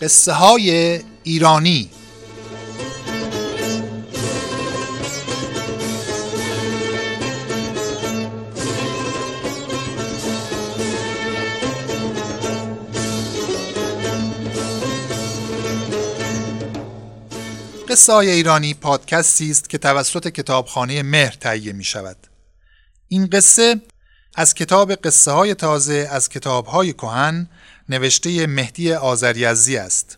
قصه های ایرانی. قصه های ایرانی پادکستی است که توسط کتابخانه مهر تهیه می شود. این قصه از کتاب قصه های تازه از کتاب های کهن نوشته مهدی آذریزدی است.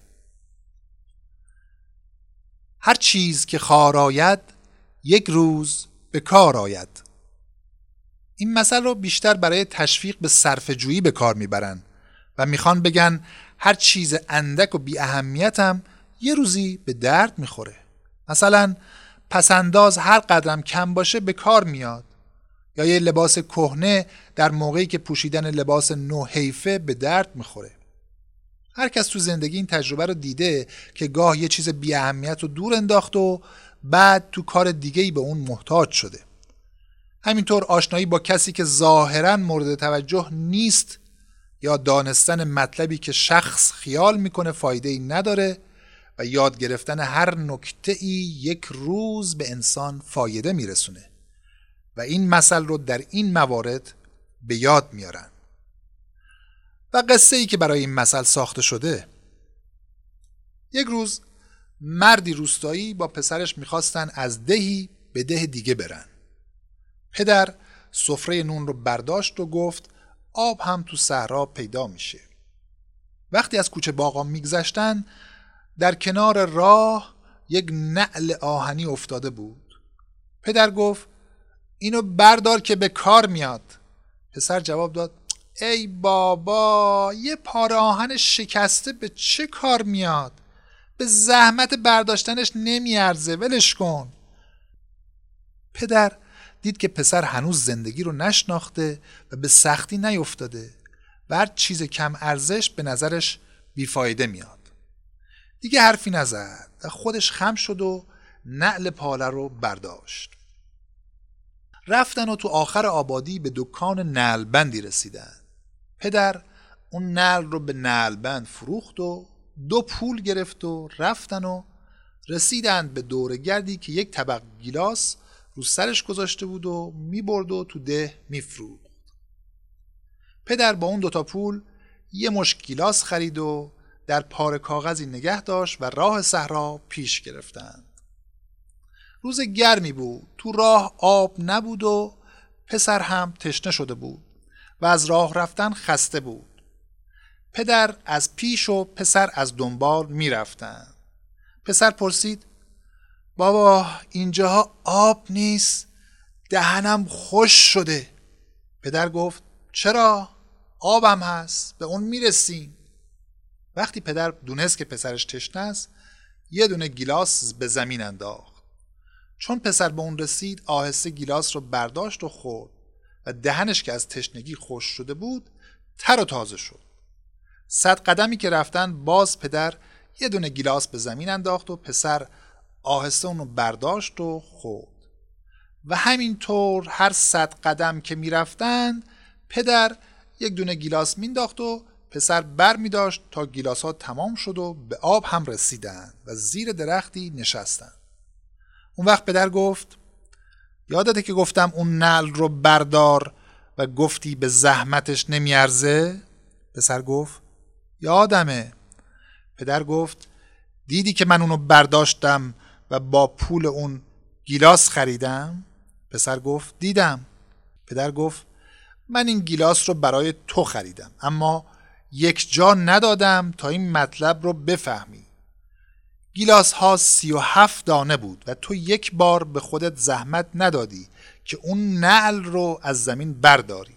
هر چیز که خار آید یک روز به کار آید. این مثل رو بیشتر برای تشویق به صرفه‌جویی به کار میبرن و میخوان بگن هر چیز اندک و بی اهمیت هم یه روزی به درد میخوره. مثلا پسنداز هر قدرم کم باشه به کار میاد، یا یه لباس کهنه در موقعی که پوشیدن لباس نو حیفه به درد میخوره. هر کس تو زندگی این تجربه رو دیده که گاه یه چیز بی اهمیت رو دور انداخت و بعد تو کار دیگه‌ای به اون محتاج شده. همینطور آشنایی با کسی که ظاهراً مورد توجه نیست یا دانستن مطلبی که شخص خیال میکنه فایده‌ای نداره و یاد گرفتن هر نکته‌ای یک روز به انسان فایده میرسونه و این مثل رو در این موارد به یاد میارن. و قصه ای که برای این مثل ساخته شده: یک روز مردی روستایی با پسرش میخواستن از دهی به ده دیگه برن. پدر سفره نون رو برداشت و گفت آب هم تو صحرا پیدا میشه. وقتی از کوچه باغا میگذشتن در کنار راه یک نعل آهنی افتاده بود. پدر گفت اینو بردار که به کار میاد. پسر جواب داد ای بابا، یه پاره آهن شکسته به چه کار میاد؟ به زحمت برداشتنش نمیارزه، ولش کن. پدر دید که پسر هنوز زندگی رو نشناخته و به سختی نیفتاده و هر چیز کم ارزش به نظرش بیفایده میاد. دیگه حرفی نزد و خودش خم شد و نعل پاله رو برداشت. رفتن و تو آخر آبادی به دکان نعلبندی رسیدن. پدر اون نعل رو به نعلبند فروخت و 2 پول گرفت و رفتن و رسیدند به دورگردی که یک طبق گیلاس رو سرش گذاشته بود و میبرد و تو ده میفروخت. پدر با اون 2 پول یه مشت گیلاس خرید و در پاره کاغذی نگه داشت و راه صحرا پیش گرفتند. روز گرمی بود، تو راه آب نبود و پسر هم تشنه شده بود و از راه رفتن خسته بود. پدر از پیش و پسر از دنبال می رفتن. پسر پرسید بابا اینجاها آب نیست، دهنم خوش شده. پدر گفت چرا؟ آبم هست، به اون می رسیم. وقتی پدر دونست که پسرش تشنه است یه دونه گیلاس به زمین انداخت. چون پسر به اون رسید آهسته گیلاس رو برداشت و خورد و دهنش که از تشنگی خوش شده بود تر و تازه شد. 100 قدمی که رفتن باز پدر یه دونه گیلاس به زمین انداخت و پسر آهسته اون رو برداشت و خورد. و همینطور هر 100 قدم که می رفتن پدر یک دونه گیلاس مینداخت و پسر بر می داشت تا گیلاس ها تمام شد و به آب هم رسیدن و زیر درختی نشستن. اون وقت پدر گفت یادته که گفتم اون نعل رو بردار و گفتی به زحمتش نمیارزه؟ پسر گفت یادمه. پدر گفت دیدی که من اونو برداشتم و با پول اون گیلاس خریدم؟ پسر گفت دیدم. پدر گفت من این گیلاس رو برای تو خریدم اما یک جا ندادم تا این مطلب رو بفهمی. گیلاس ها 37 دانه بود و تو یک بار به خودت زحمت ندادی که اون نعل رو از زمین برداری،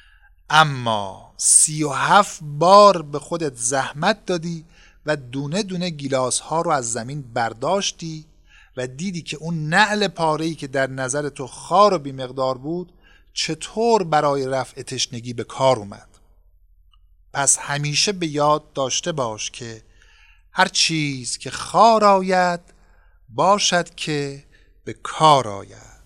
اما 37 بار به خودت زحمت دادی و دونه دونه گیلاس ها رو از زمین برداشتی و دیدی که اون نعل پاره‌ای که در نظر تو خار و بی‌مقدار بود چطور برای رفع تشنگی به کار اومد. پس همیشه به یاد داشته باش که هر چیز که خار آید باشد که به کار آید.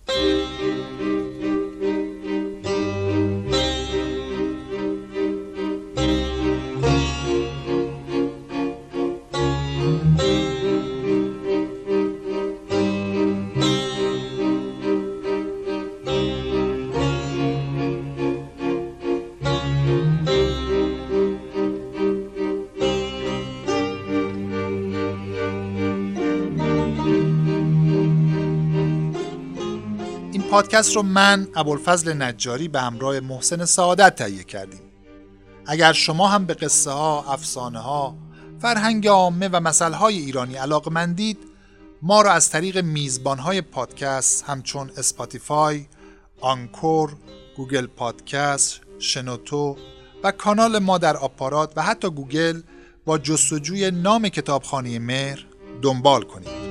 پادکست رو من ابوالفضل نجاری به همراه محسن سعادت تهیه کردیم. اگر شما هم به قصه ها، افسانه ها، فرهنگ عامه و مسائل ایرانی علاقه‌مندید، ما را از طریق میزبان‌های پادکست همچون اسپاتیفای، آنکور، گوگل پادکست، شنوتو و کانال ما در آپارات و حتی گوگل با جستجوی نام کتابخانه مهر دنبال کنید.